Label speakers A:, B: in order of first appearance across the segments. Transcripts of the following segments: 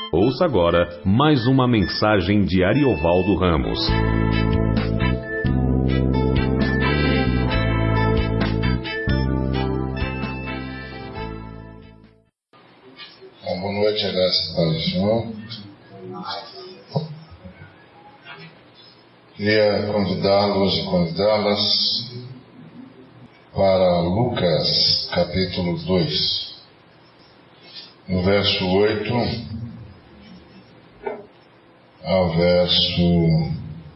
A: Ouça agora mais uma mensagem de Ariovaldo Ramos.
B: Boa noite, a graça para o Senhor. Queria convidá-los e convidá-las para Lucas, capítulo 2, no verso 8 ao verso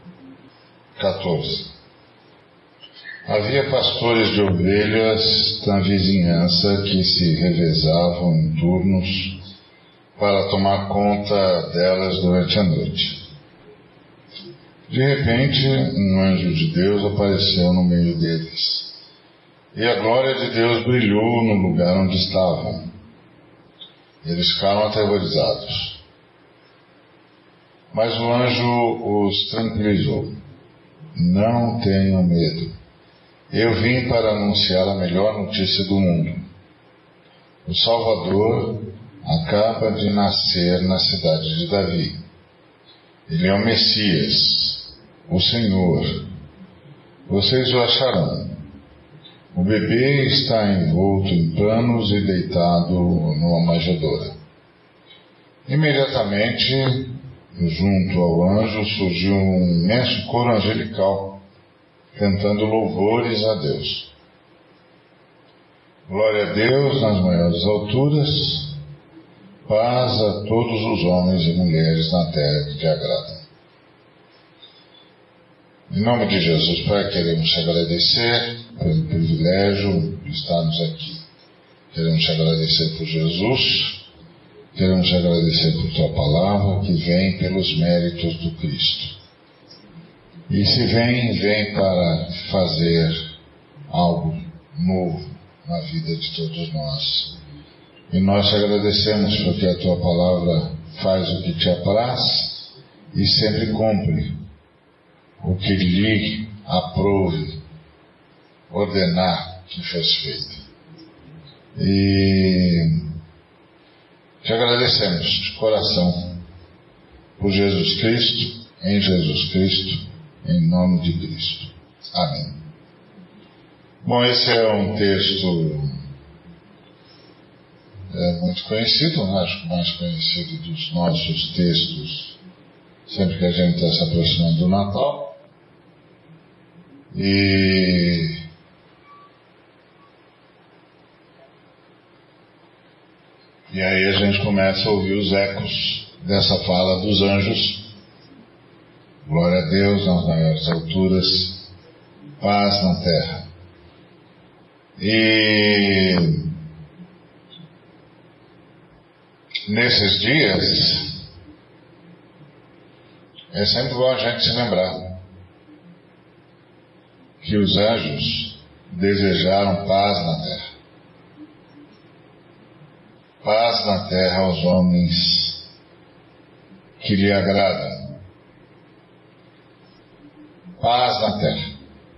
B: 14. Havia pastores de ovelhas na vizinhança que se revezavam em turnos para tomar conta delas durante a noite. De repente, um anjo de Deus apareceu no meio deles, e a glória de Deus brilhou no lugar onde estavam. Eles ficaram aterrorizados. Mas o anjo os tranquilizou. Não tenham medo. Eu vim para anunciar a melhor notícia do mundo. O Salvador acaba de nascer na cidade de Davi. Ele é o Messias, o Senhor. Vocês o acharão. O bebê está envolto em panos e deitado numa manjedoura. Imediatamente, junto ao anjo, surgiu um imenso coro angelical, cantando louvores a Deus. Glória a Deus nas maiores alturas, paz a todos os homens e mulheres na terra que te agradam. Em nome de Jesus, Pai, queremos te agradecer pelo privilégio de estarmos aqui. Queremos te agradecer por Jesus, queremos te agradecer por tua palavra que vem pelos méritos do Cristo. E se vem para fazer algo novo na vida de todos nós. E nós te agradecemos porque a tua palavra faz o que te apraz e sempre cumpre o que lhe aprouve ordenar que fosse feito. E te agradecemos de coração por Jesus Cristo, em Jesus Cristo, em nome de Cristo. Amém. Bom, esse é um texto muito conhecido, né? Acho que o mais conhecido dos nossos textos, sempre que a gente está se aproximando do Natal. E aí a gente começa a ouvir os ecos dessa fala dos anjos. Glória a Deus nas maiores alturas, paz na terra. E nesses dias é sempre bom a gente se lembrar que os anjos desejaram paz na terra. Paz na terra aos homens que lhe agradam. Paz na terra.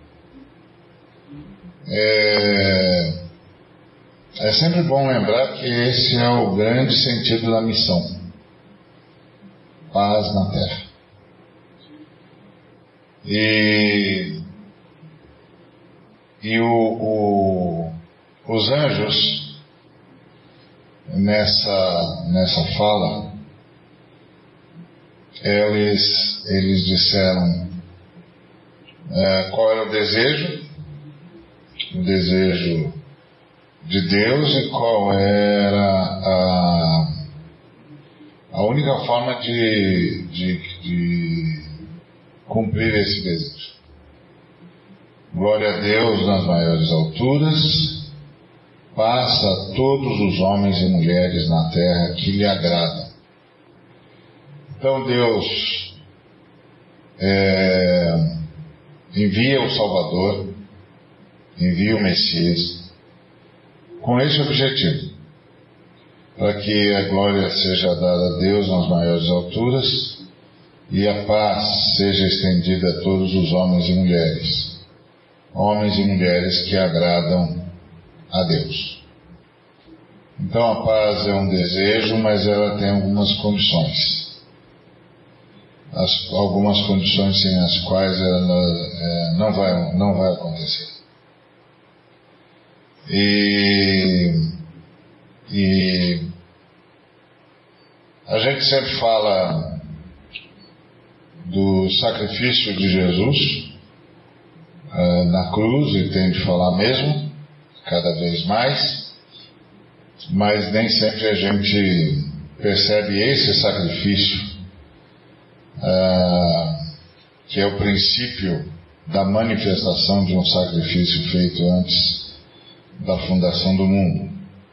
B: É sempre bom lembrar que esse é o grande sentido da missão. Paz na terra. E os anjos, nessa fala, eles disseram qual era o desejo de Deus e qual era a única forma de cumprir esse desejo. Glória a Deus nas maiores alturas, paz a todos os homens e mulheres na terra que lhe agradam. Então Deus envia o Salvador, envia o Messias, com esse objetivo, para que a glória seja dada a Deus nas maiores alturas e a paz seja estendida a todos os homens e mulheres que agradam a Deus. Então a paz é um desejo, mas ela tem algumas condições. Algumas condições sem as quais ela não vai acontecer. E a gente sempre fala do sacrifício de Jesus na cruz, e tem de falar mesmo, cada vez mais, mas nem sempre a gente percebe esse sacrifício, que é o princípio da manifestação de um sacrifício feito antes da fundação do mundo.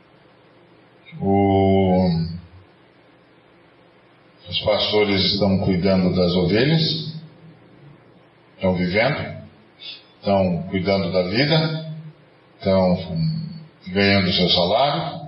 B: Os pastores estão cuidando das ovelhas, estão vivendo, estão cuidando da vida, estão ganhando seu salário,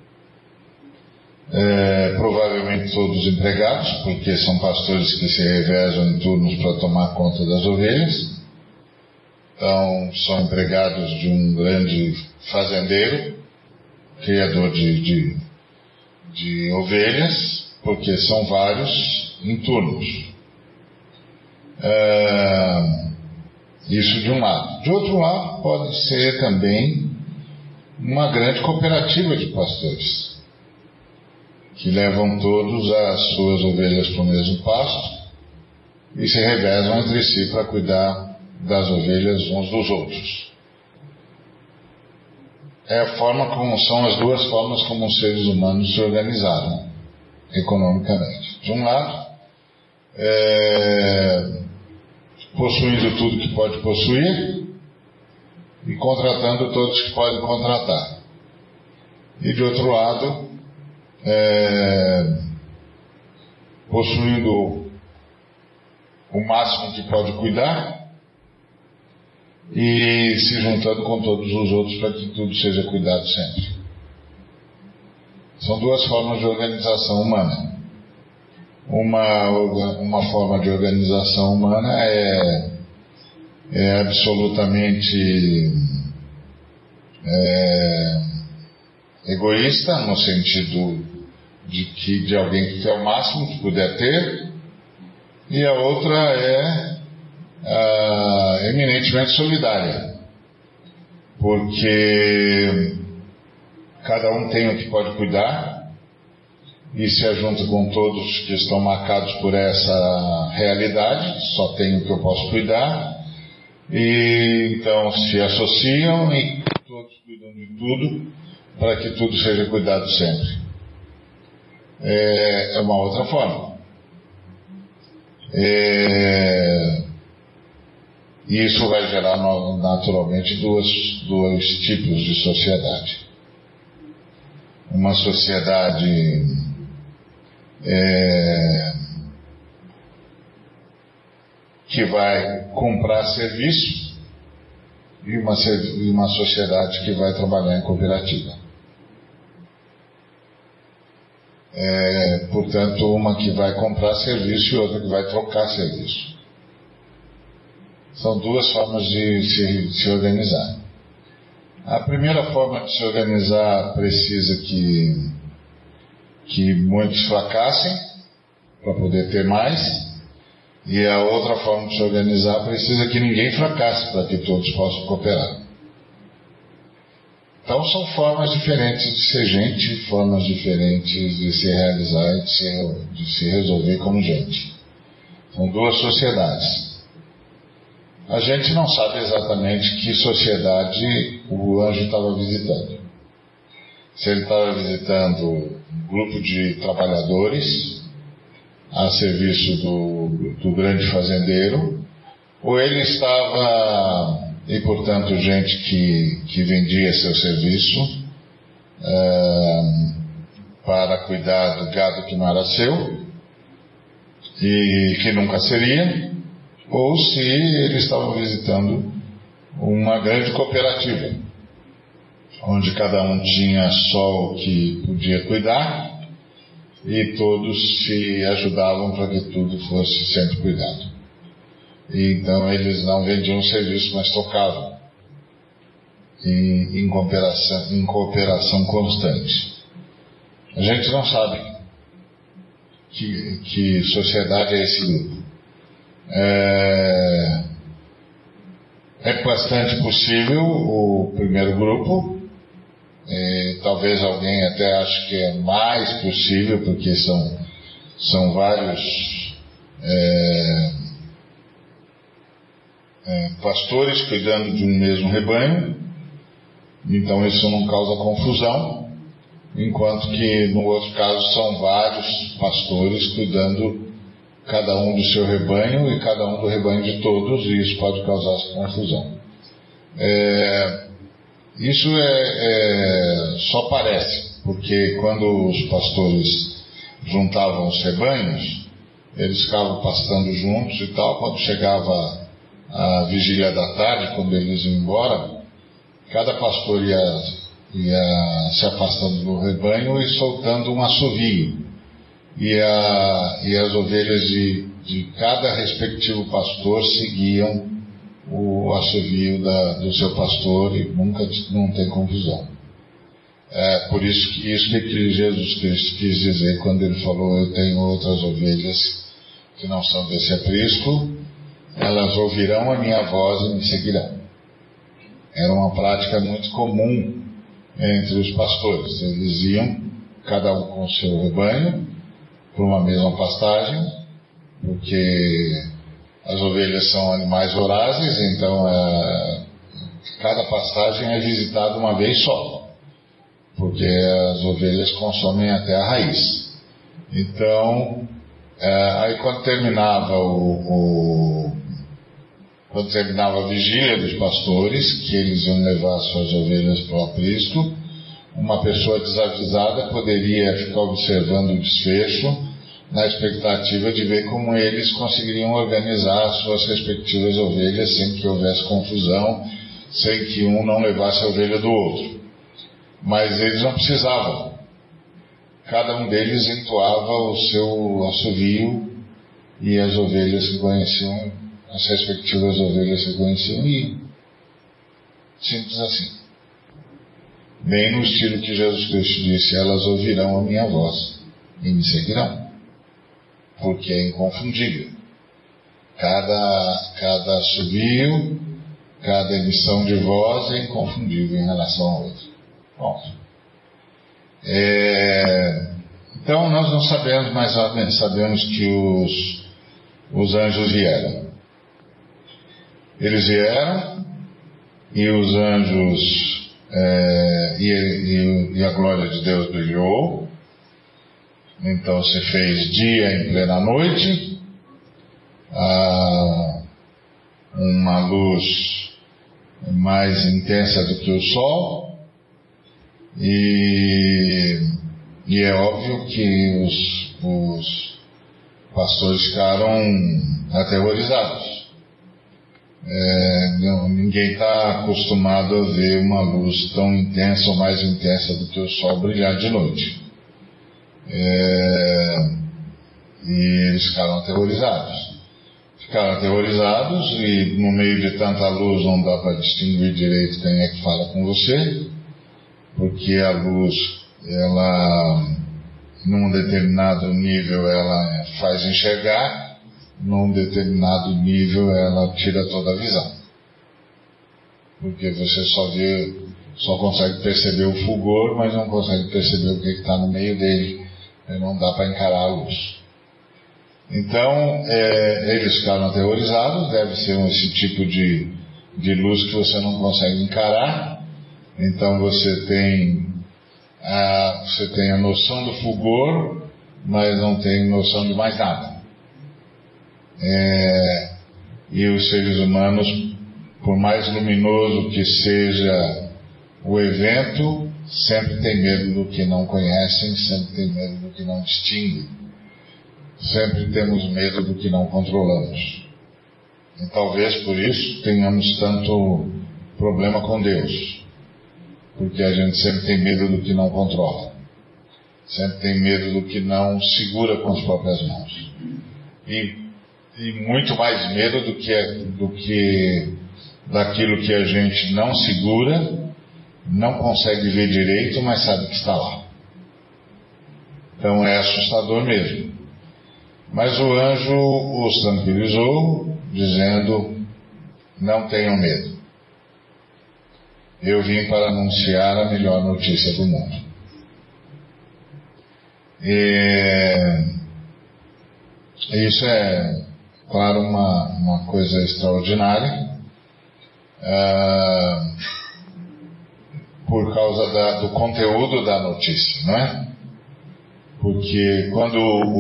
B: provavelmente todos empregados, porque são pastores que se revezam em turnos para tomar conta das ovelhas. Então são empregados de um grande fazendeiro, criador de ovelhas, porque são vários em turnos. Isso de um lado. De outro lado, pode ser também uma grande cooperativa de pastores, que levam todos as suas ovelhas para o mesmo pasto e se revezam entre si para cuidar das ovelhas uns dos outros. São as duas formas como os seres humanos se organizaram economicamente. De um lado, possuindo tudo que pode possuir e contratando todos que podem contratar. E de outro lado, possuindo o máximo que pode cuidar e se juntando com todos os outros para que tudo seja cuidado sempre. São duas formas de organização humana. Uma forma de organização humana é absolutamente egoísta, no sentido de alguém que quer o máximo que puder ter, e a outra é eminentemente solidária, porque cada um tem o que pode cuidar e se ajunta com todos que estão marcados por essa realidade, só tenho o que eu posso cuidar, e então se associam e todos cuidam de tudo para que tudo seja cuidado sempre. É uma outra forma. E isso vai gerar naturalmente dois tipos de sociedade. Uma sociedade que vai comprar serviço e uma sociedade que vai trabalhar em cooperativa. Portanto, uma que vai comprar serviço e outra que vai trocar serviço. São duas formas de se organizar. A primeira forma de se organizar precisa que muitos fracassem para poder ter mais, e a outra forma de se organizar precisa que ninguém fracasse para que todos possam cooperar. Então são formas diferentes de ser gente, formas diferentes de se realizar e de se resolver como gente. São duas sociedades. A gente não sabe exatamente que sociedade o anjo estava visitando. Se ele estava visitando um grupo de trabalhadores a serviço do grande fazendeiro, ou ele estava, e portanto gente que vendia seu serviço para cuidar do gado que não era seu e que nunca seria, ou se ele estava visitando uma grande cooperativa, onde cada um tinha só o que podia cuidar e todos se ajudavam para que tudo fosse sempre cuidado. E então eles não vendiam serviço, mas tocavam em cooperação constante. A gente não sabe que sociedade é esse grupo. É bastante possível o primeiro grupo, talvez alguém até ache que é mais possível, porque são vários pastores cuidando de um mesmo rebanho, então isso não causa confusão, enquanto que no outro caso são vários pastores cuidando cada um do seu rebanho e cada um do rebanho de todos, e isso pode causar confusão. Isso só parece, porque quando os pastores juntavam os rebanhos, eles ficavam pastando juntos e tal. Quando chegava a vigília da tarde, quando eles iam embora, cada pastor ia se afastando do rebanho e soltando um assovio, e as ovelhas de cada respectivo pastor seguiam o assovio do seu pastor, e não tem confusão. Por isso que Jesus Cristo quis dizer quando ele falou: eu tenho outras ovelhas que não são desse aprisco, elas ouvirão a minha voz e me seguirão. Era uma prática muito comum entre os pastores. Eles iam, cada um com o seu rebanho, por uma mesma pastagem, porque as ovelhas são animais vorazes, então cada pastagem é visitada uma vez só, porque as ovelhas consomem até a raiz. Então, aí quando terminava a vigília dos pastores, que eles iam levar suas ovelhas para o aprisco, uma pessoa desavisada poderia ficar observando o desfecho, na expectativa de ver como eles conseguiriam organizar as suas respectivas ovelhas sem que houvesse confusão, sem que um não levasse a ovelha do outro. Mas eles não precisavam. Cada um deles entoava o seu assovio, e as ovelhas se conheciam, as respectivas ovelhas se conheciam, e simples assim. Bem no estilo que Jesus Cristo disse: elas ouvirão a minha voz e me seguirão, porque é inconfundível. Cada assovio, cada emissão de voz é inconfundível em relação ao outro. Bom, então nós não sabemos, mas sabemos que os anjos vieram. Eles vieram, e os anjos e a glória de Deus brilhou. Então se fez dia em plena noite, uma luz mais intensa do que o sol, e é óbvio que os pastores ficaram aterrorizados. Ninguém está acostumado a ver uma luz tão intensa ou mais intensa do que o sol brilhar de noite. E eles ficaram aterrorizados. E no meio de tanta luz não dá para distinguir direito quem é que fala com você, porque a luz, ela, num determinado nível, ela faz enxergar, num determinado nível ela tira toda a visão, porque você só consegue perceber o fulgor, mas não consegue perceber o que está no meio dele, e não dá para encarar a luz. Então eles ficaram aterrorizados. Deve ser esse tipo de luz que você não consegue encarar. Então você tem a noção do fulgor, mas não tem noção de mais nada. E os seres humanos, por mais luminoso que seja o evento, sempre tem medo do que não conhecem, sempre tem medo do que não distinguem, sempre temos medo do que não controlamos. E talvez por isso tenhamos tanto problema com Deus, porque a gente sempre tem medo do que não controla, sempre tem medo do que não segura com as próprias mãos, e muito mais medo do que daquilo que a gente não segura, não consegue ver direito, mas sabe que está lá. Então é assustador mesmo. Mas o anjo os tranquilizou, dizendo: não tenham medo. Eu vim para anunciar a melhor notícia do mundo. Isso é, claro, uma coisa extraordinária, por causa do conteúdo da notícia, não é? Porque quando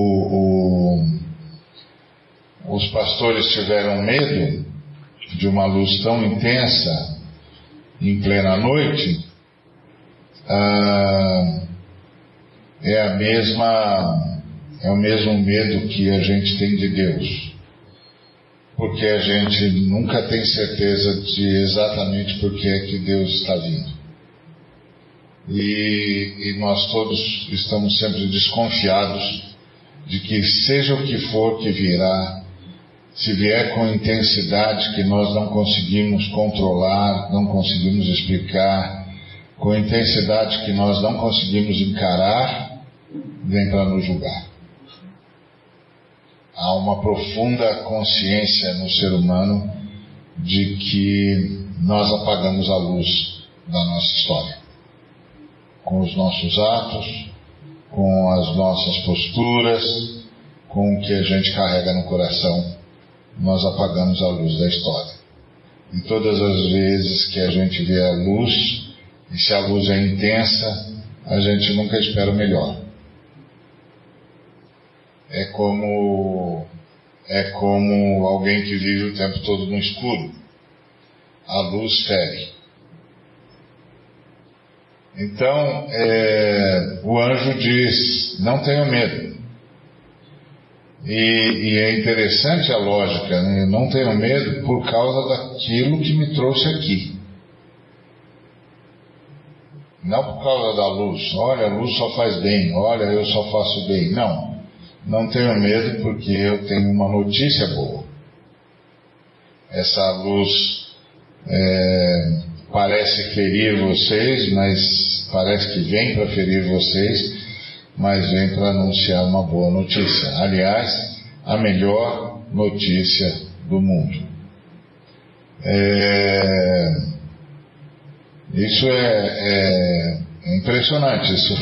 B: os pastores tiveram medo de uma luz tão intensa em plena noite, é o mesmo medo que a gente tem de Deus, porque a gente nunca tem certeza de exatamente por que é que Deus está vindo, e nós todos estamos sempre desconfiados de que seja o que for que virá, se vier com intensidade que nós não conseguimos controlar, não conseguimos explicar, com intensidade que nós não conseguimos encarar, vem para nos julgar. Há uma profunda consciência no ser humano de que nós apagamos a luz da nossa história. Com os nossos atos, com as nossas posturas, com o que a gente carrega no coração, nós apagamos a luz da história. E todas as vezes que a gente vê a luz, e se a luz é intensa, a gente nunca espera o melhor. É como alguém que vive o tempo todo no escuro. A luz fere. Então, o anjo diz: não tenham medo. E é interessante a lógica, né? Não tenham medo por causa daquilo que me trouxe aqui. Não por causa da luz. Olha, a luz só faz bem. Olha, eu só faço bem. Não tenham medo porque eu tenho uma notícia boa. Essa luz parece ferir vocês, mas parece que vem para ferir vocês, mas vem para anunciar uma boa notícia. Aliás, a melhor notícia do mundo. Isso é impressionante. Isso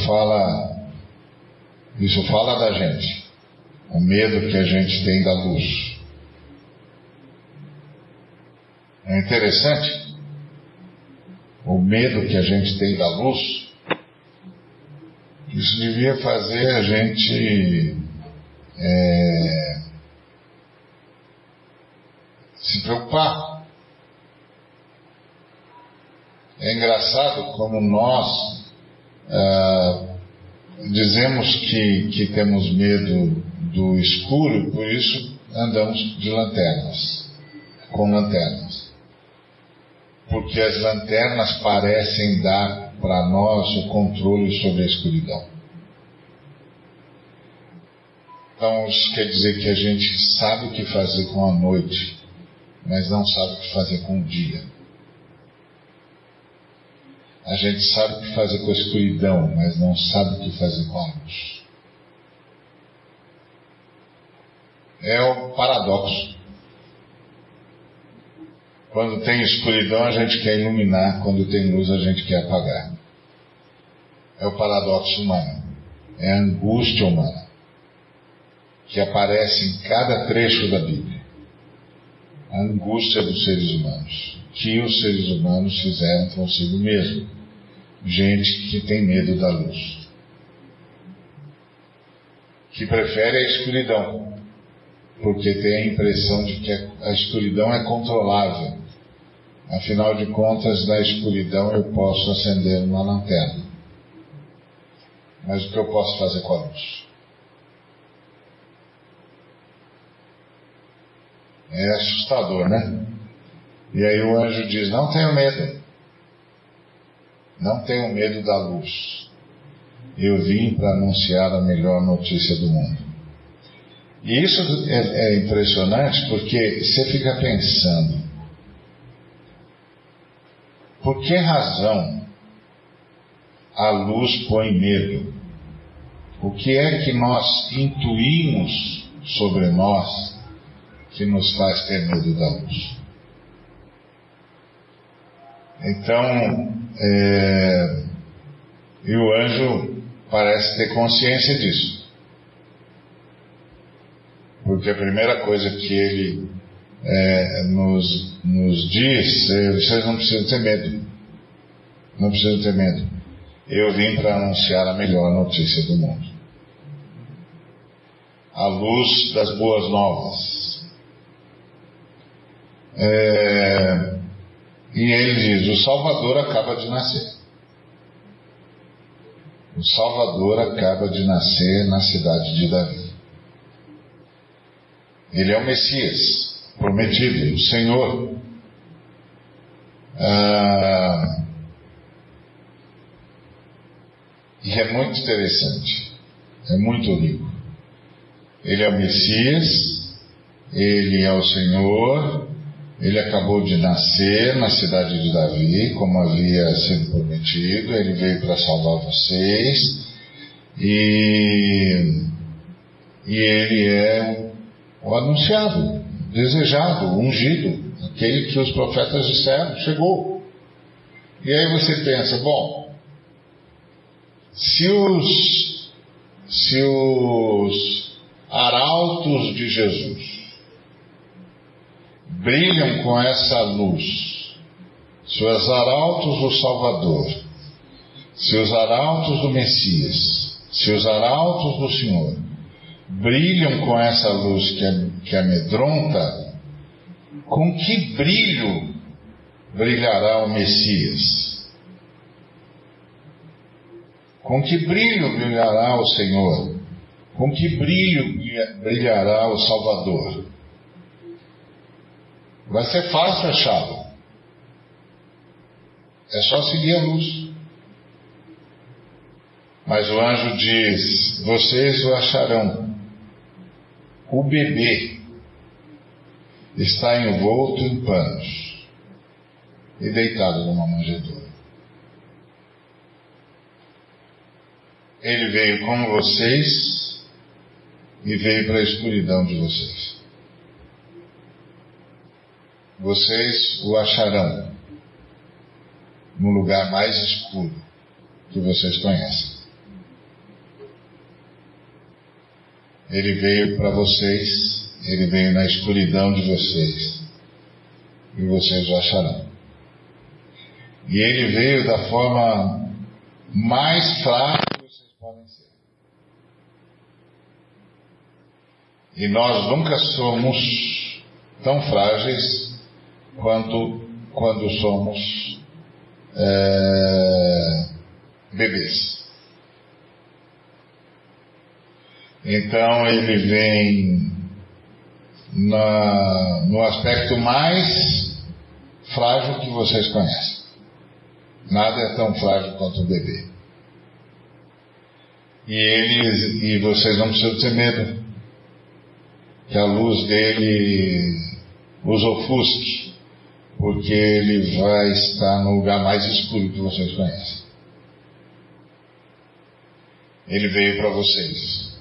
B: fala da gente. O medo que a gente tem da luz. É interessante. O medo que a gente tem da luz. Isso devia fazer a gente se preocupar. É engraçado como nós dizemos que temos medo do escuro, por isso andamos de lanternas, com lanternas. Porque as lanternas parecem dar para nós o controle sobre a escuridão. Então isso quer dizer que a gente sabe o que fazer com a noite, mas não sabe o que fazer com o dia. A gente sabe o que fazer com a escuridão, mas não sabe o que fazer com a luz. É o paradoxo. Quando tem escuridão, a gente quer iluminar. Quando tem luz, a gente quer apagar. É o paradoxo humano. É a angústia humana, que aparece em cada trecho da Bíblia. A angústia dos seres humanos, que os seres humanos fizeram consigo mesmo. Gente que tem medo da luz, que prefere a escuridão, porque tem a impressão de que a escuridão é controlável. Afinal de contas, na escuridão eu posso acender uma lanterna. Mas o que eu posso fazer com a luz? É assustador, né? E aí o anjo diz: não tenham medo. Não tenham medo da luz. Eu vim para anunciar a melhor notícia do mundo. E isso é impressionante porque você fica pensando: por que razão a luz põe medo? O que é que nós intuímos sobre nós que nos faz ter medo da luz? Então, e o anjo parece ter consciência disso. Porque a primeira coisa que ele nos diz é: vocês não precisam ter medo. Não precisam ter medo. Eu vim para anunciar a melhor notícia do mundo. A luz das boas novas. E ele diz: o Salvador acaba de nascer. O Salvador acaba de nascer na cidade de Davi. Ele é o Messias prometido, o Senhor. E é muito interessante, é muito rico. Ele é o Messias, ele é o Senhor, ele acabou de nascer na cidade de Davi, como havia sido prometido. Ele veio para salvar vocês, e ele é o anunciado, desejado, ungido, aquele que os profetas disseram, chegou. E aí você pensa: bom, se os arautos de Jesus brilham com essa luz, se os arautos do Salvador, se os arautos do Messias, se os arautos do Senhor brilham com essa luz que amedronta, com que brilho brilhará o Messias? Com que brilho brilhará o Senhor? Com que brilho brilhará o Salvador? Vai ser fácil achá-lo. É só seguir a luz. Mas o anjo diz: vocês o acharão. O bebê está envolto em panos e deitado numa manjedoura. Ele veio como vocês e veio para a escuridão de vocês. Vocês o acharão no lugar mais escuro que vocês conhecem. Ele veio para vocês, ele veio na escuridão de vocês, e vocês o acharão. E ele veio da forma mais frágil que vocês podem ser. E nós nunca somos tão frágeis quando somos bebês. Então ele vem no aspecto mais frágil que vocês conhecem. Nada é tão frágil quanto o bebê. E vocês não precisam ter medo que a luz dele os ofusque, porque ele vai estar no lugar mais escuro que vocês conhecem. Ele veio para vocês.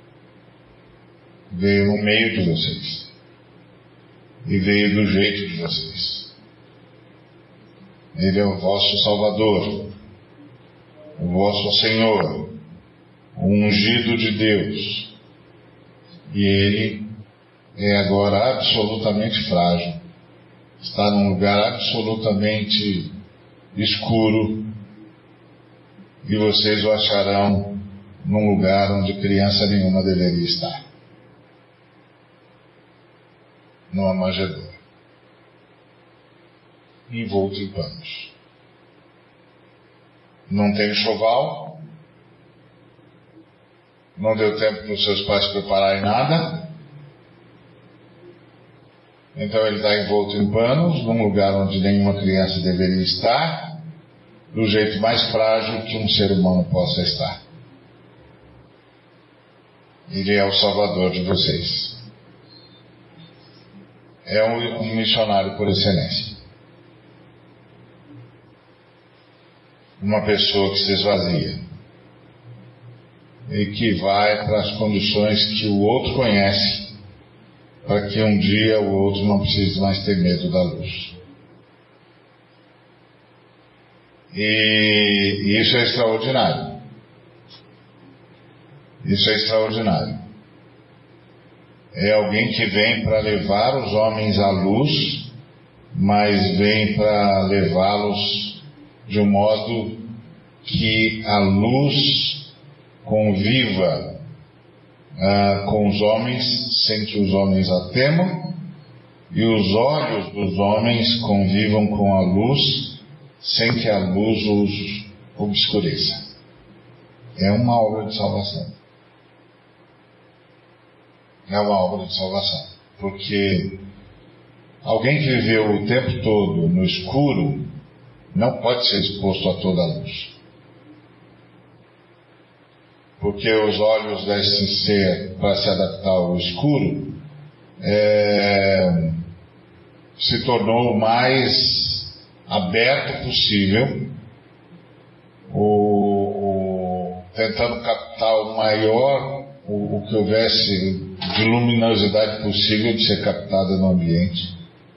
B: Veio no meio de vocês. E veio do jeito de vocês. Ele é o vosso Salvador, o vosso Senhor, o ungido de Deus. E ele é agora absolutamente frágil. Está num lugar absolutamente escuro. E vocês o acharão num lugar onde criança nenhuma deveria estar. Numa manjedoura, envolto em panos. Não tem enxoval, não deu tempo para os seus pais prepararem nada, então ele está envolto em panos, num lugar onde nenhuma criança deveria estar, do jeito mais frágil que um ser humano possa estar. Ele é o Salvador de vocês. É um missionário por excelência. Uma pessoa que se esvazia. e que vai para as condições que o outro conhece, para que um dia o outro não precise mais ter medo da luz. E isso é extraordinário. Isso é extraordinário. É alguém que vem para levar os homens à luz, mas vem para levá-los de um modo que a luz conviva com os homens sem que os homens a temam, e os olhos dos homens convivam com a luz sem que a luz os obscureça. É uma obra de salvação. É uma obra de salvação. Porque alguém que viveu o tempo todo no escuro não pode ser exposto a toda a luz. Porque os olhos desse ser, para se adaptar ao escuro, se tornou o mais aberto possível, tentando captar o maior, o que houvesse de luminosidade possível de ser captada no ambiente,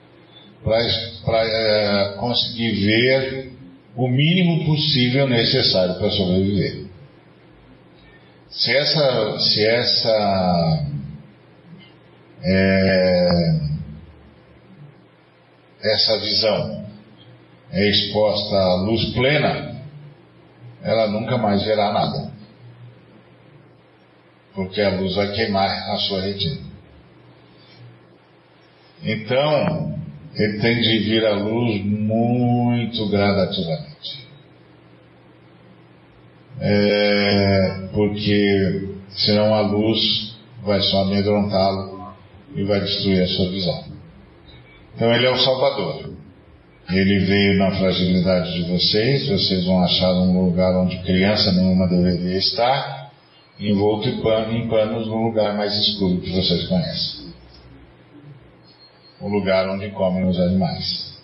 B: para conseguir ver o mínimo possível necessário para sobreviver. Se essa visão é exposta à luz plena, ela nunca mais verá nada, porque a luz vai queimar a sua retina. Então, ele tem de vir à luz muito gradativamente. Porque senão a luz vai só amedrontá-lo e vai destruir a sua visão. Então ele é o Salvador. Ele veio na fragilidade de vocês. Vocês vão achar um lugar onde criança nenhuma deveria estar, envolto em panos no lugar mais escuro que vocês conhecem, o lugar onde comem os animais,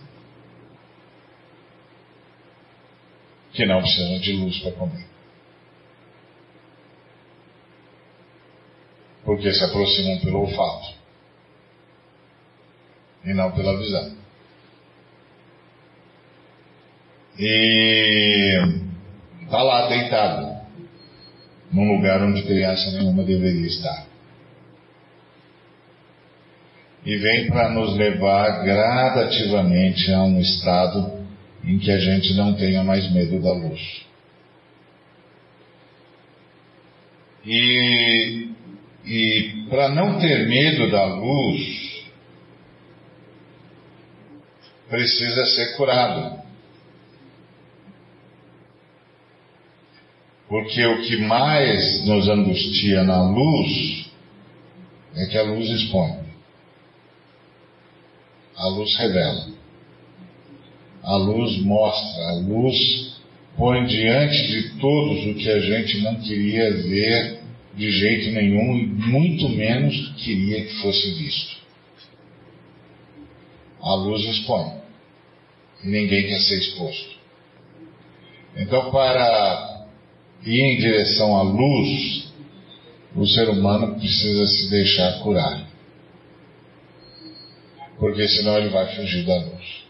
B: que não precisam de luz para comer, porque se aproximam pelo olfato e não pela visão. E está lá deitado, num lugar onde criança nenhuma deveria estar. E vem para nos levar gradativamente a um estado em que a gente não tenha mais medo da luz. E para não ter medo da luz, precisa ser curado. Porque o que mais nos angustia na luz é que a luz expõe. A luz revela. A luz mostra. A luz põe diante de todos o que a gente não queria ver de jeito nenhum e muito menos queria que fosse visto. A luz expõe. E ninguém quer ser exposto. Então, para ir em direção à luz, o ser humano precisa se deixar curar. Porque senão ele vai fugir da luz.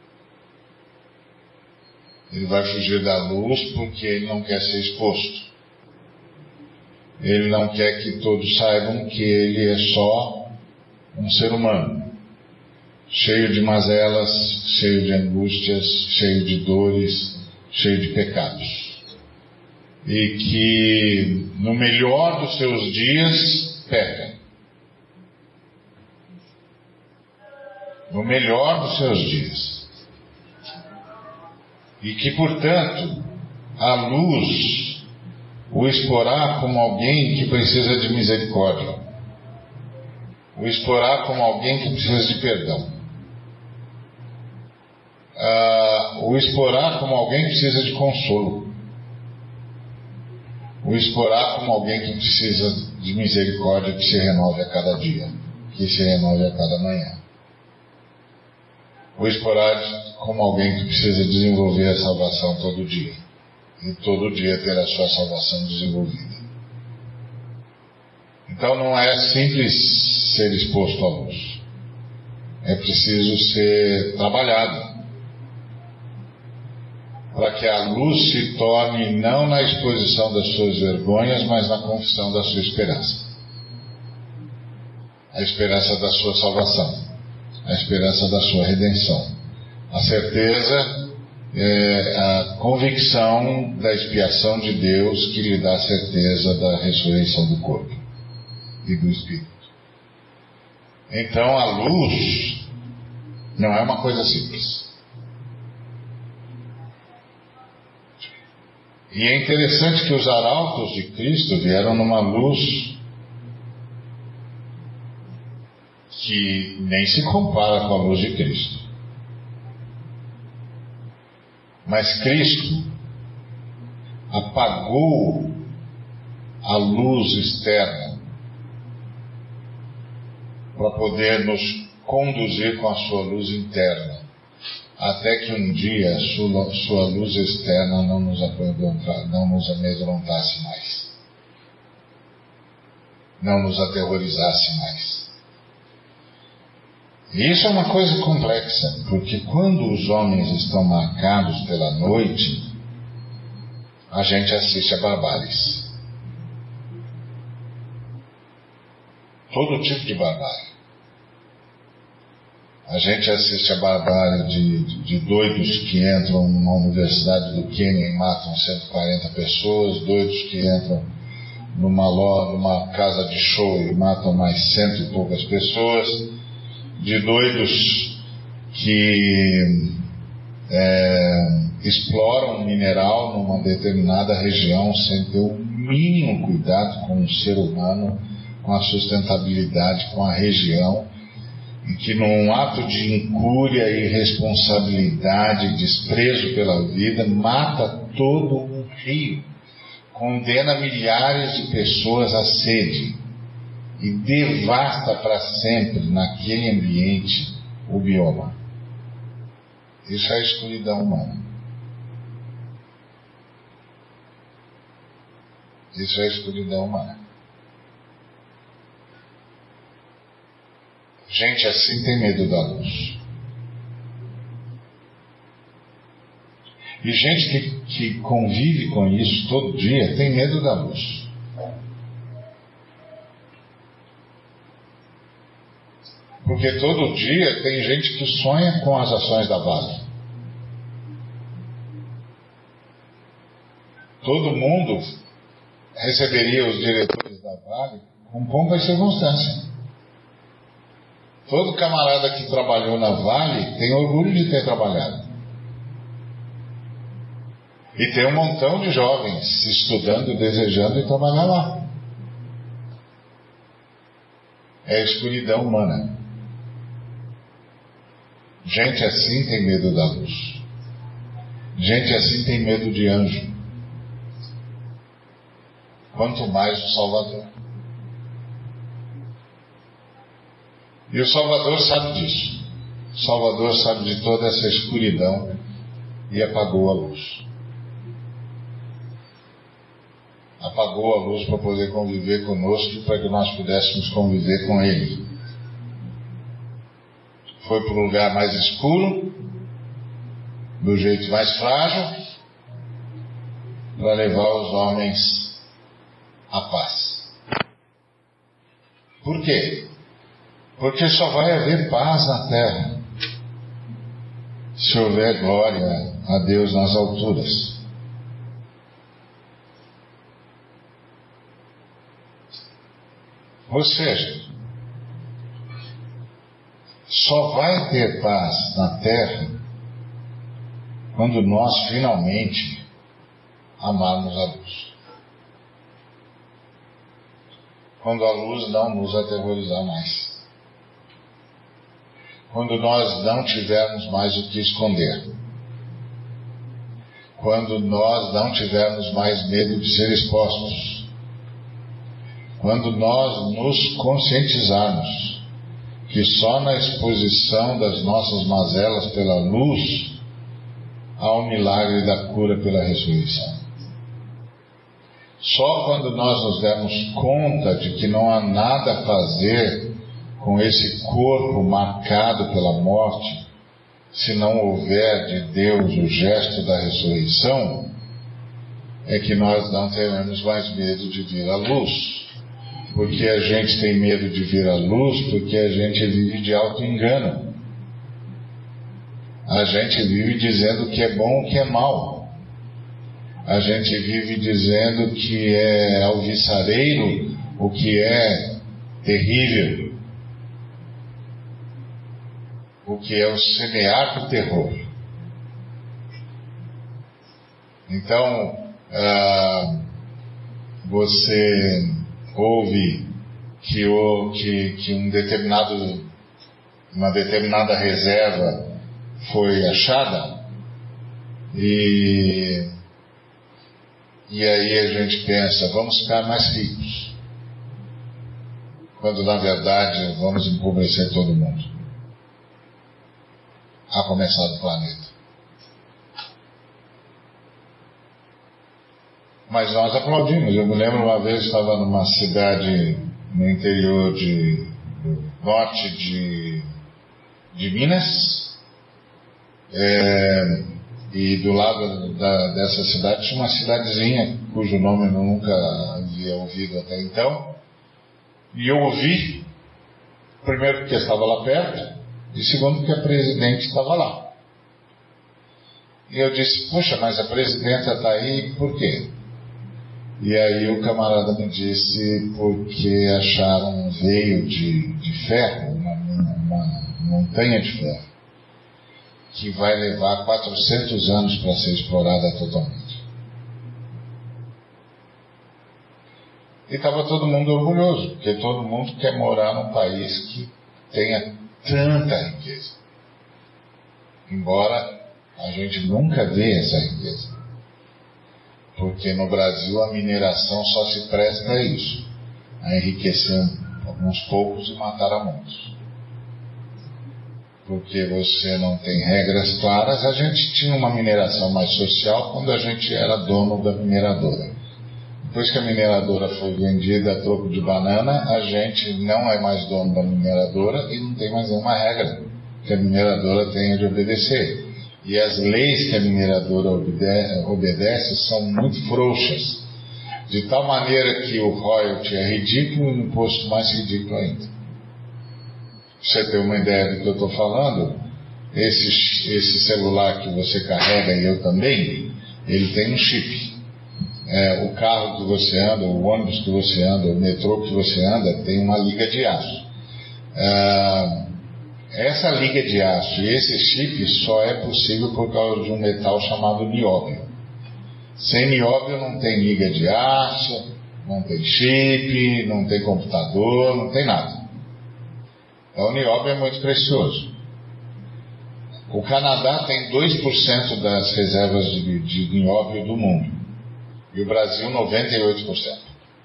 B: Ele vai fugir da luz porque ele não quer ser exposto. Ele não quer que todos saibam que ele é só um ser humano, cheio de mazelas, cheio de angústias, cheio de dores, cheio de pecados. E que no melhor dos seus dias peca. No melhor dos seus dias. E que, portanto, a luz o exporá como alguém que precisa de misericórdia, o exporá como alguém que precisa de perdão, o exporá como alguém que precisa de consolo, o exporá como alguém que precisa de misericórdia que se renove a cada dia, que se renove a cada manhã, o exporá como alguém que precisa desenvolver a salvação todo dia, e todo dia ter a sua salvação desenvolvida. Então não é simples ser exposto à luz. É preciso ser trabalhado para que a luz se torne não na exposição das suas vergonhas, mas na confissão da sua esperança. A esperança da sua salvação, a esperança da sua redenção, a certeza, a convicção da expiação de Deus que lhe dá a certeza da ressurreição do corpo e do espírito. Então a luz não é uma coisa simples. E é interessante que os arautos de Cristo vieram numa luz que nem se compara com a luz de Cristo. Mas Cristo apagou a luz externa para poder nos conduzir com a sua luz interna, até que um dia a sua luz externa não nos amedrontasse mais, não nos aterrorizasse mais. E isso é uma coisa complexa, porque quando os homens estão marcados pela noite, a gente assiste a barbáries. Todo tipo de barbárie. A gente assiste a barbárie de doidos que entram numa universidade do Quênia e matam 140 pessoas, doidos que entram numa casa de show e matam mais 100 e poucas pessoas, de doidos que exploram um mineral numa determinada região sem ter o mínimo cuidado com o ser humano, com a sustentabilidade, com a região, e que num ato de incúria, irresponsabilidade, desprezo pela vida, mata todo um rio, condena milhares de pessoas à sede e devasta para sempre naquele ambiente o bioma. Isso é a escuridão humana. Isso é a escuridão humana. Gente assim tem medo da luz. E gente que convive com isso todo dia tem medo da luz. Porque todo dia tem gente que sonha com as ações da Vale. Todo mundo receberia os diretores da Vale com pompa e circunstância. Todo camarada que trabalhou na Vale tem orgulho de ter trabalhado. E tem um montão de jovens estudando, desejando ir trabalhar lá. É a escuridão humana. Gente assim tem medo da luz. Gente assim tem medo de anjo. Quanto mais o Salvador. E o Salvador sabe disso. O Salvador sabe de toda essa escuridão e apagou a luz. Apagou a luz para poder conviver conosco e para que nós pudéssemos conviver com Ele. Foi para o lugar mais escuro, do jeito mais frágil, para levar os homens à paz. Por quê? Porque só vai haver paz na terra se houver glória a Deus nas alturas. Ou seja, só vai ter paz na terra quando nós finalmente amarmos a luz. Quando a luz não nos aterrorizar mais. Quando nós não tivermos mais o que esconder. Quando nós não tivermos mais medo de ser expostos. Quando nós nos conscientizarmos que só na exposição das nossas mazelas pela luz há um milagre da cura pela ressurreição. Só quando nós nos demos conta de que não há nada a fazer com esse corpo marcado pela morte, se não houver de Deus o gesto da ressurreição, é que nós não teremos mais medo de vir à luz. Porque a gente tem medo de vir à luz porque a gente vive de auto-engano. A gente vive dizendo que é bom o que é mal. A gente vive dizendo que é alvissareiro o que é terrível. O que é o semear do terror. Então, você ouve que uma determinada reserva foi achada, e aí a gente pensa, vamos ficar mais ricos, quando na verdade vamos empobrecer todo mundo, a começar do planeta. Mas nós aplaudimos. Eu me lembro uma vez, estava numa cidade no interior do norte de Minas, e do lado dessa cidade tinha uma cidadezinha cujo nome eu nunca havia ouvido até então, e eu ouvi, primeiro porque estava lá perto, e segundo porque a presidente estava lá. E eu disse, puxa, mas a presidenta está aí por quê? E aí o camarada me disse, porque acharam um veio de ferro, uma montanha de ferro, que vai levar 400 anos para ser explorada totalmente. E estava todo mundo orgulhoso, porque todo mundo quer morar num país que tenha tanta riqueza. Embora a gente nunca vê essa riqueza. Porque no Brasil a mineração só se presta a isso, a enriquecer alguns poucos e matar a muitos. Porque você não tem regras claras. A gente tinha uma mineração mais social quando a gente era dono da mineradora. Depois que a mineradora foi vendida a troco de banana, a gente não é mais dono da mineradora e não tem mais nenhuma regra que a mineradora tenha de obedecer. E as leis que a mineradora obedece são muito frouxas, de tal maneira que o royalty é ridículo e o imposto mais ridículo ainda. Pra você ter uma ideia do que eu estou falando, esse celular que você carrega, e eu também, ele tem um chip. O carro que você anda, o ônibus que você anda, o metrô que você anda, tem uma liga de aço. Essa liga de aço e esse chip só é possível por causa de um metal chamado nióbio. Sem nióbio não tem liga de aço, não tem chip, não tem computador, não tem nada. Então o nióbio é muito precioso. O Canadá tem 2% das reservas de nióbio do mundo. E o Brasil 98%.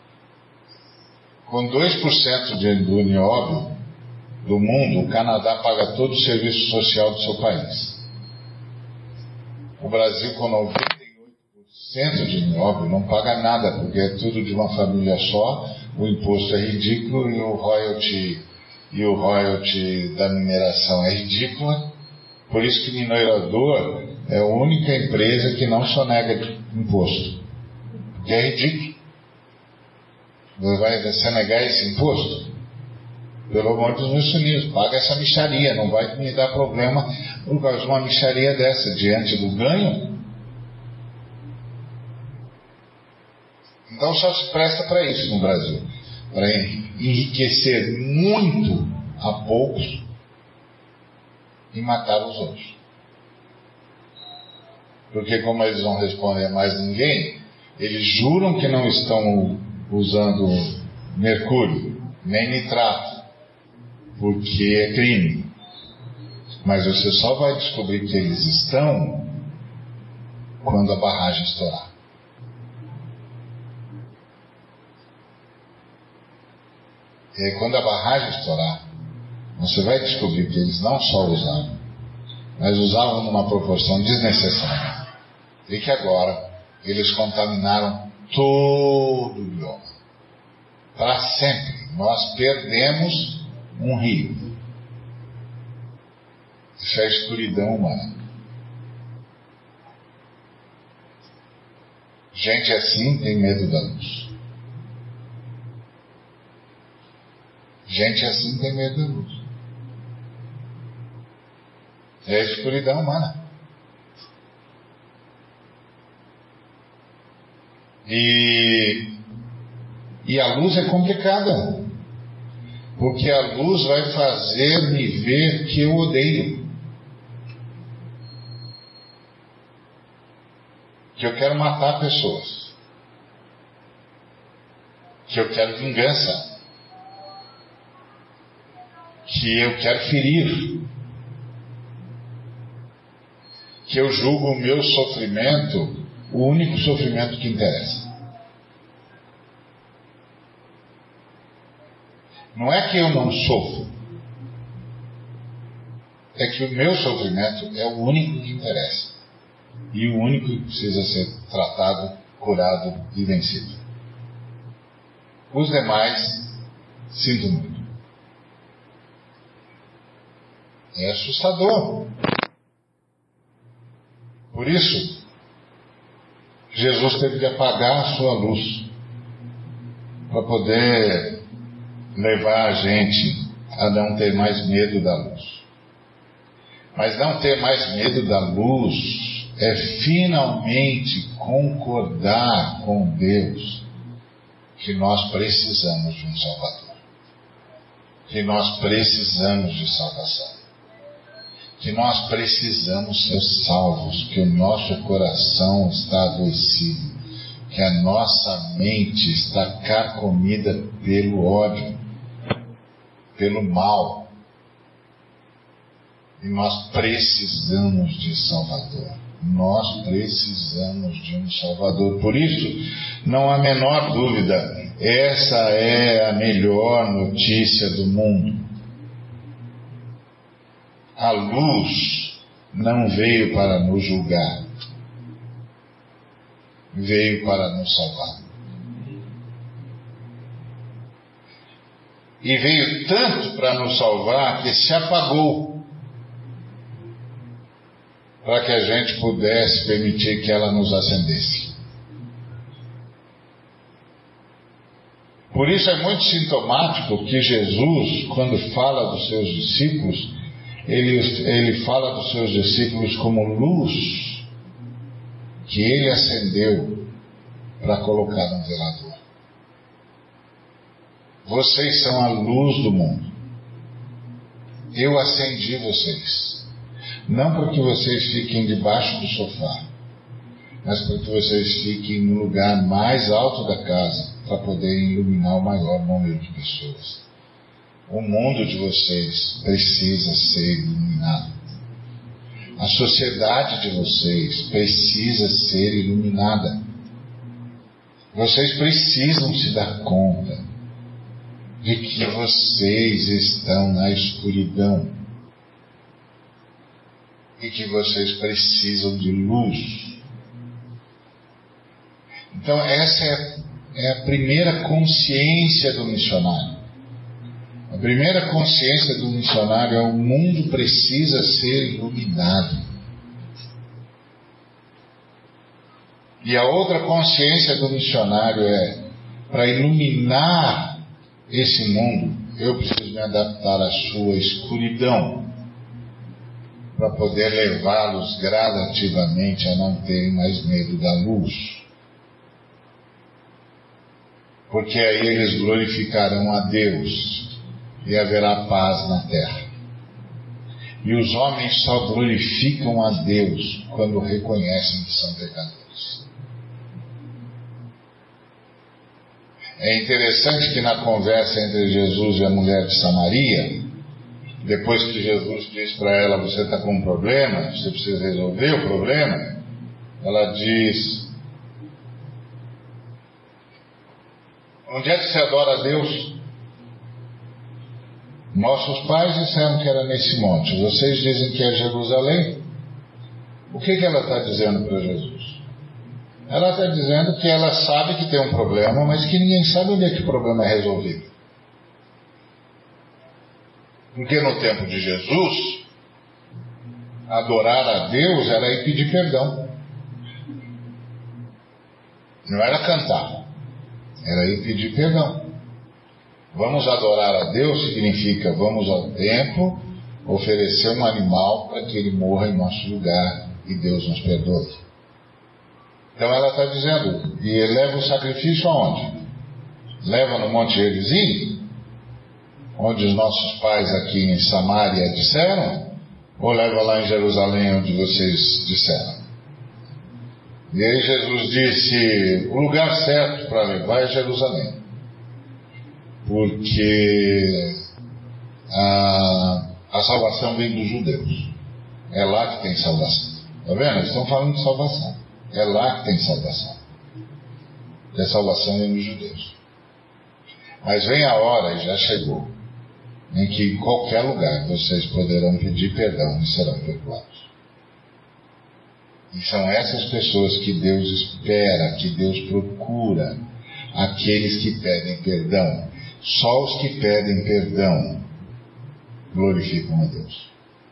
B: Com 2% do nióbio do mundo, o Canadá paga todo o serviço social do seu país. O Brasil, com 98% de nióbio, não paga nada, porque é tudo de uma família só, o imposto é ridículo e o royalty da mineração é ridícula. Por isso que o minerador é a única empresa que não sonega imposto, porque é ridículo. Você negar esse imposto? Pelo amor dos meus unidos, paga essa mixaria, não vai me dar problema por causa de uma mixaria dessa, diante do ganho. Então só se presta para isso no Brasil, para enriquecer muito a poucos e matar os outros. Porque como eles não respondem a mais ninguém, eles juram que não estão usando mercúrio, nem nitrato, porque é crime. Mas você só vai descobrir que eles estão quando a barragem estourar. E aí, quando a barragem estourar, você vai descobrir que eles não só usavam, mas usavam numa proporção desnecessária. E que agora eles contaminaram todo o bioma. Para sempre. Nós perdemos um rio. Isso é a escuridão humana. Gente assim tem medo da luz. Gente assim tem medo da luz. É a escuridão humana. E a luz é complicada. Porque a luz vai fazer me ver que eu odeio. Que eu quero matar pessoas. Que eu quero vingança. Que eu quero ferir. Que eu julgo o meu sofrimento o único sofrimento que interessa. Não é que eu não sofro. É que o meu sofrimento é o único que interessa. E o único que precisa ser tratado, curado e vencido. Os demais, sinto muito. É assustador. Por isso, Jesus teve que apagar a sua luz para poder levar a gente a não ter mais medo da luz. Mas não ter mais medo da luz é finalmente concordar com Deus que nós precisamos de um Salvador, que nós precisamos de salvação, que nós precisamos ser salvos, que o nosso coração está adoecido, que a nossa mente está carcomida pelo ódio, pelo mal. E nós precisamos de Salvador. Nós precisamos de um Salvador. Por isso, não há a menor dúvida, essa é a melhor notícia do mundo. A luz não veio para nos julgar, veio para nos salvar. E veio tanto para nos salvar que se apagou, para que a gente pudesse permitir que ela nos acendesse. Por isso é muito sintomático que Jesus, quando fala dos seus discípulos, ele fala dos seus discípulos como luz que ele acendeu para colocar no velador. Vocês são a luz do mundo. Eu acendi vocês. Não para que vocês fiquem debaixo do sofá, mas para que vocês fiquem no lugar mais alto da casa para poderem iluminar o maior número de pessoas. O mundo de vocês precisa ser iluminado. A sociedade de vocês precisa ser iluminada. Vocês precisam se dar conta de que vocês estão na escuridão e que vocês precisam de luz. Então essa é a primeira consciência do missionário. A primeira consciência do missionário é: o mundo precisa ser iluminado. E a outra consciência do missionário é: para iluminar esse mundo, eu preciso me adaptar à sua escuridão, para poder levá-los gradativamente a não terem mais medo da luz. Porque aí eles glorificarão a Deus e haverá paz na terra. E os homens só glorificam a Deus quando reconhecem que são pecadores. É interessante que na conversa entre Jesus e a mulher de Samaria, depois que Jesus diz para ela: você está com um problema, você precisa resolver o problema, ela diz: onde é que se adora a Deus? Nossos pais disseram que era nesse monte, vocês dizem que é Jerusalém. O que ela está dizendo para Jesus? Ela está dizendo que ela sabe que tem um problema, mas que ninguém sabe onde é que o problema é resolvido. Porque no tempo de Jesus, adorar a Deus era ir pedir perdão. Não era cantar, era ir pedir perdão. Vamos adorar a Deus significa vamos ao templo oferecer um animal para que ele morra em nosso lugar e Deus nos perdoe. Então ela está dizendo, e leva o sacrifício aonde? Leva no Monte Gerizim, onde os nossos pais aqui em Samaria disseram, ou leva lá em Jerusalém onde vocês disseram? E aí Jesus disse, o lugar certo para levar é Jerusalém, porque a salvação vem dos judeus, é lá que tem salvação. Está vendo? Eles estão falando de salvação, é lá que tem salvação, e a salvação vem dos judeus. Mas vem a hora, e já chegou, em que em qualquer lugar vocês poderão pedir perdão e serão perdoados. E são essas pessoas que Deus espera, que Deus procura, aqueles que pedem perdão. Só os que pedem perdão glorificam a Deus.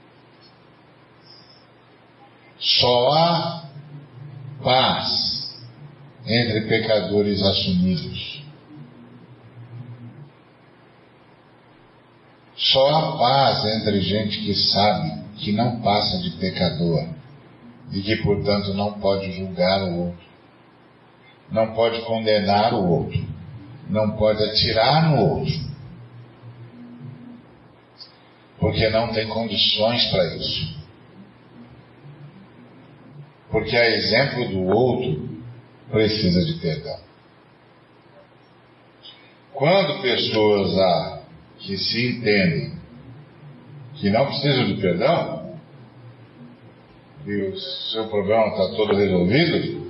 B: Só há paz entre pecadores assumidos. Só há paz entre gente que sabe que não passa de pecador e que, portanto, não pode julgar o outro, não pode condenar o outro, não pode atirar no outro, porque não tem condições para isso. Porque a exemplo do outro, precisa de perdão. Quando pessoas há que se entendem que não precisam de perdão, e o seu problema está todo resolvido,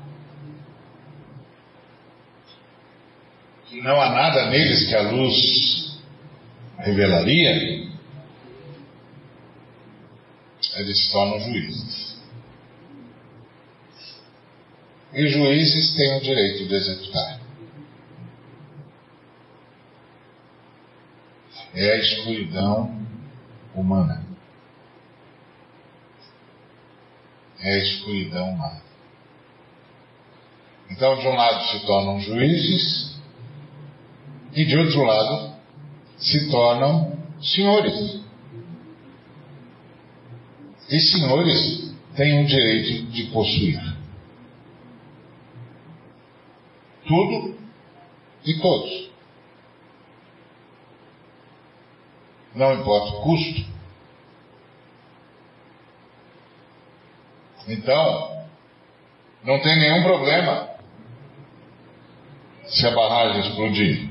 B: que não há nada neles que a luz revelaria, eles se tornam juízes. E juízes têm o direito de executar. É a escuridão humana. É a escuridão humana. Então, de um lado se tornam juízes e de outro lado se tornam senhores. E senhores têm o direito de possuir tudo e todos. Não importa o custo. Então, não tem nenhum problema se a barragem explodir.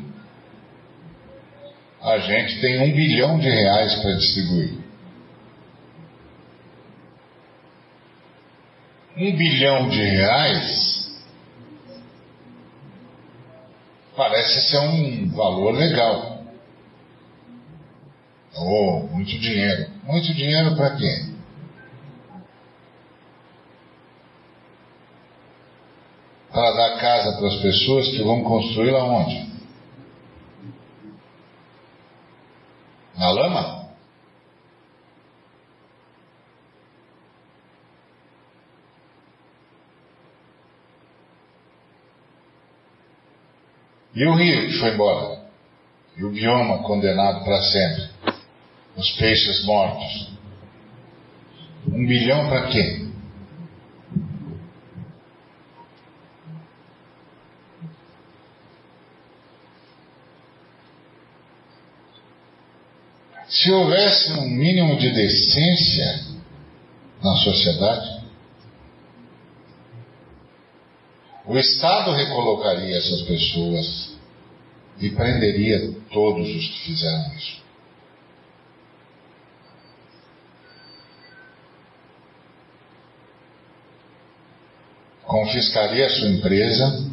B: A gente tem R$1 bilhão para distribuir. R$1 bilhão parece ser um valor legal. Oh, muito dinheiro. Muito dinheiro para quê? Para dar casa para as pessoas que vão construir lá onde? Na lama? E o rio que foi embora? E o bioma condenado para sempre? Os peixes mortos? R$1 bilhão para quê? Se houvesse um mínimo de decência na sociedade, o Estado recolocaria essas pessoas e prenderia todos os que fizeram isso. Confiscaria a sua empresa,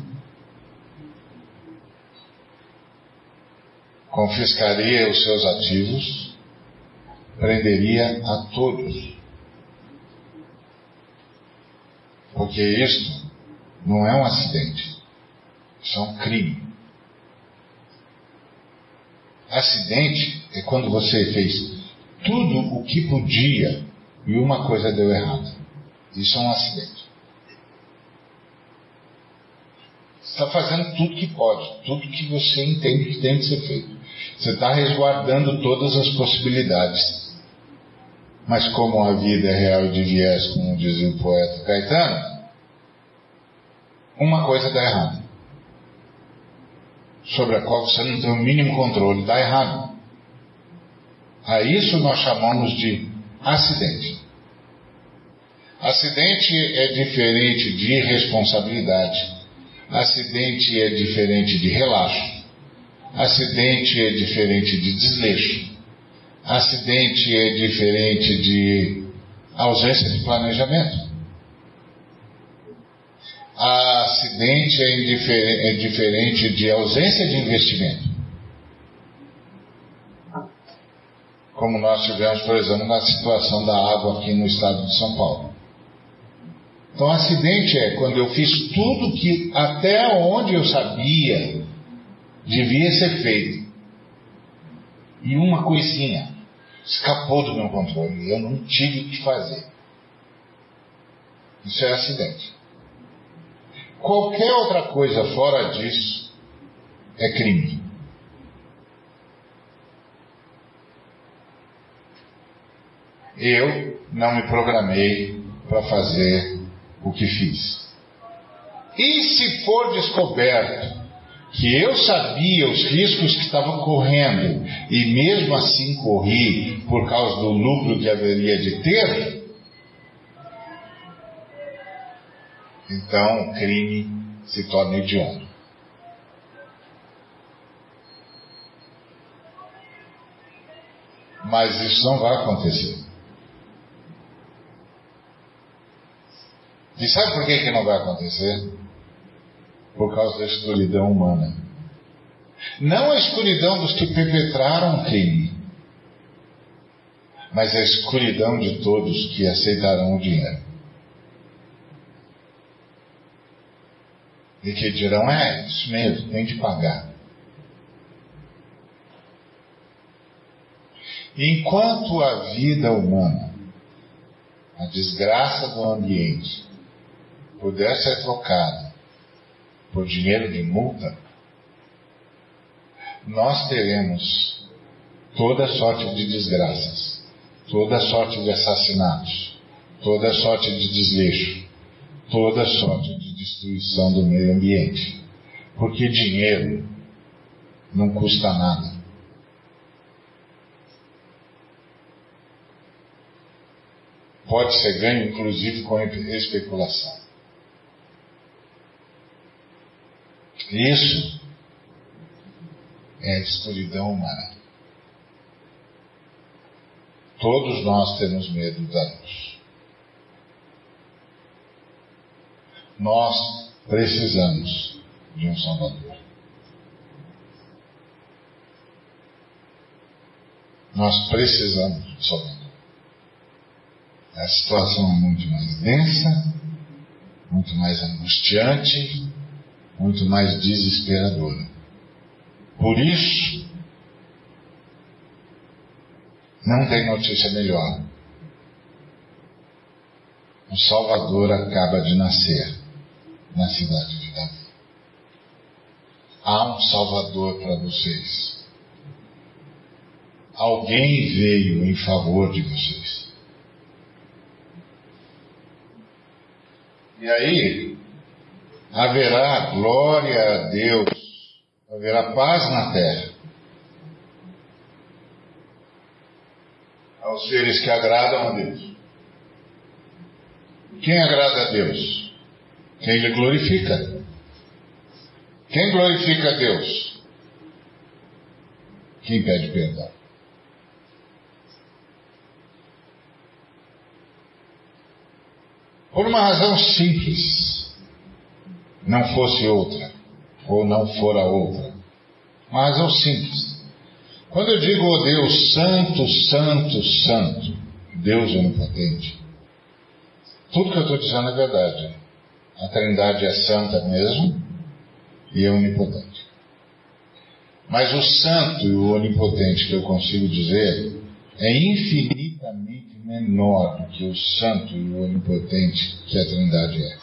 B: confiscaria os seus ativos, prenderia a todos. Porque isto Não é um acidente. Isso é um crime. Acidente é quando você fez tudo o que podia e uma coisa deu errado. Isso é um acidente. Você está fazendo tudo que pode, tudo que você entende que tem que ser feito. Você está resguardando todas as possibilidades. Mas como a vida é real e de viés, como dizia o poeta Caetano, uma coisa dá errado, sobre a qual você não tem o mínimo controle, dá errado. A isso nós chamamos de acidente. Acidente é diferente de responsabilidade. Acidente é diferente de relaxo. Acidente é diferente de desleixo. Acidente é diferente de ausência de planejamento. Acidente é diferente de ausência de investimento. Como nós tivemos, por exemplo, na situação da água aqui no estado de São Paulo. Então, acidente é quando eu fiz tudo que até onde eu sabia devia ser feito. E uma coisinha escapou do meu controle. Eu não tive o que fazer. Isso é acidente. Qualquer outra coisa fora disso é crime. Eu não me programei para fazer o que fiz. E se for descoberto que eu sabia os riscos que estava correndo e mesmo assim corri por causa do lucro que haveria de ter, então o crime se torna hediondo. Mas isso não vai acontecer. E sabe por que não vai acontecer? Por causa da escuridão humana. Não a escuridão dos que perpetraram o crime, mas a escuridão de todos que aceitarão o dinheiro. E que dirão, isso mesmo, tem de pagar. Enquanto a vida humana, a desgraça do ambiente, puder ser trocada por dinheiro de multa, nós teremos toda sorte de desgraças, toda sorte de assassinatos, toda sorte de desleixo, toda sorte de destruição do meio ambiente, porque dinheiro não custa nada. Pode ser ganho inclusive com especulação. Isso é a escuridão humana. Todos nós temos medo da luz. Nós precisamos de um Salvador. Nós precisamos de um Salvador. A situação é muito mais densa, muito mais angustiante, muito mais desesperadora. Por isso, não tem notícia melhor. O Salvador acaba de nascer na cidade de Davi. Há um Salvador para vocês. Alguém veio em favor de vocês. E aí, haverá glória a Deus, haverá paz na terra, aos seres que agradam a Deus. Quem agrada a Deus? Quem lhe glorifica. Quem glorifica a Deus? Quem pede perdão. Por uma razão simples, não fosse outra, ou não fora outra. Uma razão simples. Quando eu digo, oh Deus, santo, santo, santo, Deus onipotente, tudo que eu estou dizendo é verdade. A Trindade é santa mesmo e é onipotente. Mas o santo e o onipotente que eu consigo dizer é infinitamente menor do que o santo e o onipotente que a Trindade é.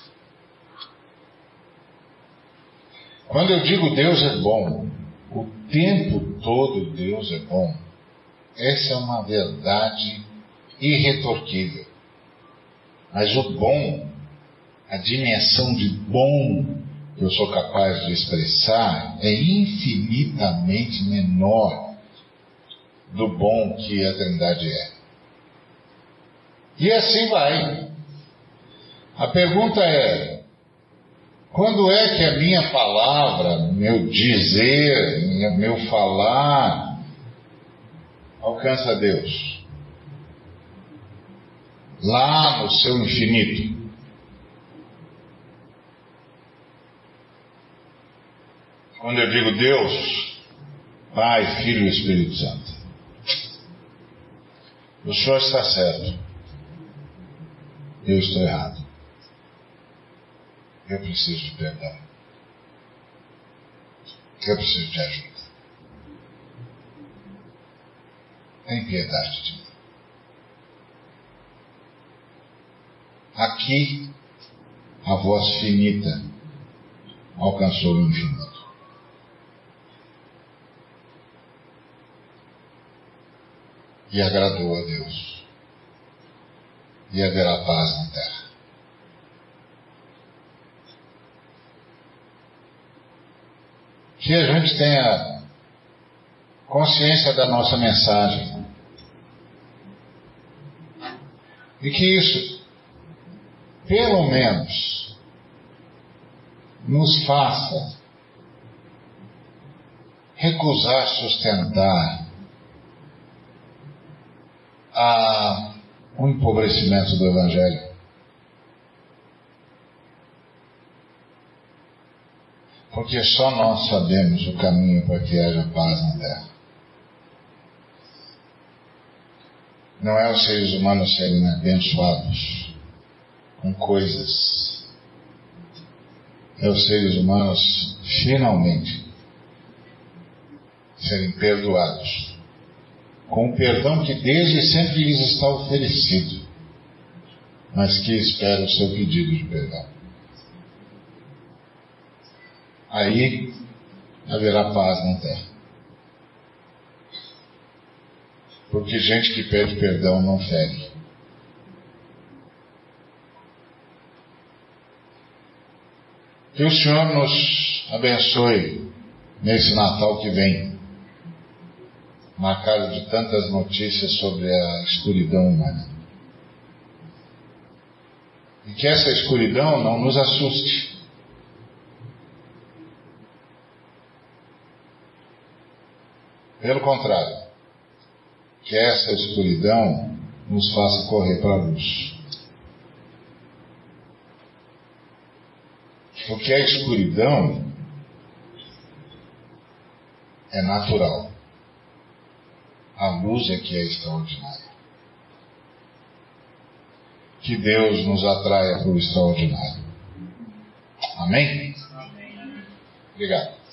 B: Quando eu digo Deus é bom, o tempo todo Deus é bom, essa é uma verdade irretorquível. Mas o bom, a dimensão de bom que eu sou capaz de expressar é infinitamente menor do bom que a Trindade é. E assim vai. A pergunta é: quando é que a minha palavra, meu dizer, meu falar alcança Deus? Lá no seu infinito. Quando eu digo Deus, Pai, Filho e Espírito Santo, o Senhor está certo, eu estou errado, eu preciso de perdão, eu preciso de ajuda, tem piedade de mim. Aqui a voz finita alcançou o infinito. E agradou a Deus. E haverá paz na terra. Que a gente tenha consciência da nossa mensagem. E que isso, pelo menos, nos faça recusar sustentar o empobrecimento do Evangelho. Porque só nós sabemos o caminho para que haja paz na terra. Não é os seres humanos serem abençoados com coisas. É os seres humanos finalmente serem perdoados com o perdão que desde sempre lhes está oferecido, mas que espera o seu pedido de perdão. Aí haverá paz na terra. Porque gente que pede perdão não fere. Que o Senhor nos abençoe nesse Natal que vem, marcado de tantas notícias sobre a escuridão humana. E que essa escuridão não nos assuste. Pelo contrário, que essa escuridão nos faça correr para a luz. Porque a escuridão é natural. A luz é que é extraordinária. Que Deus nos atraia para o extraordinário. Amém? Obrigado.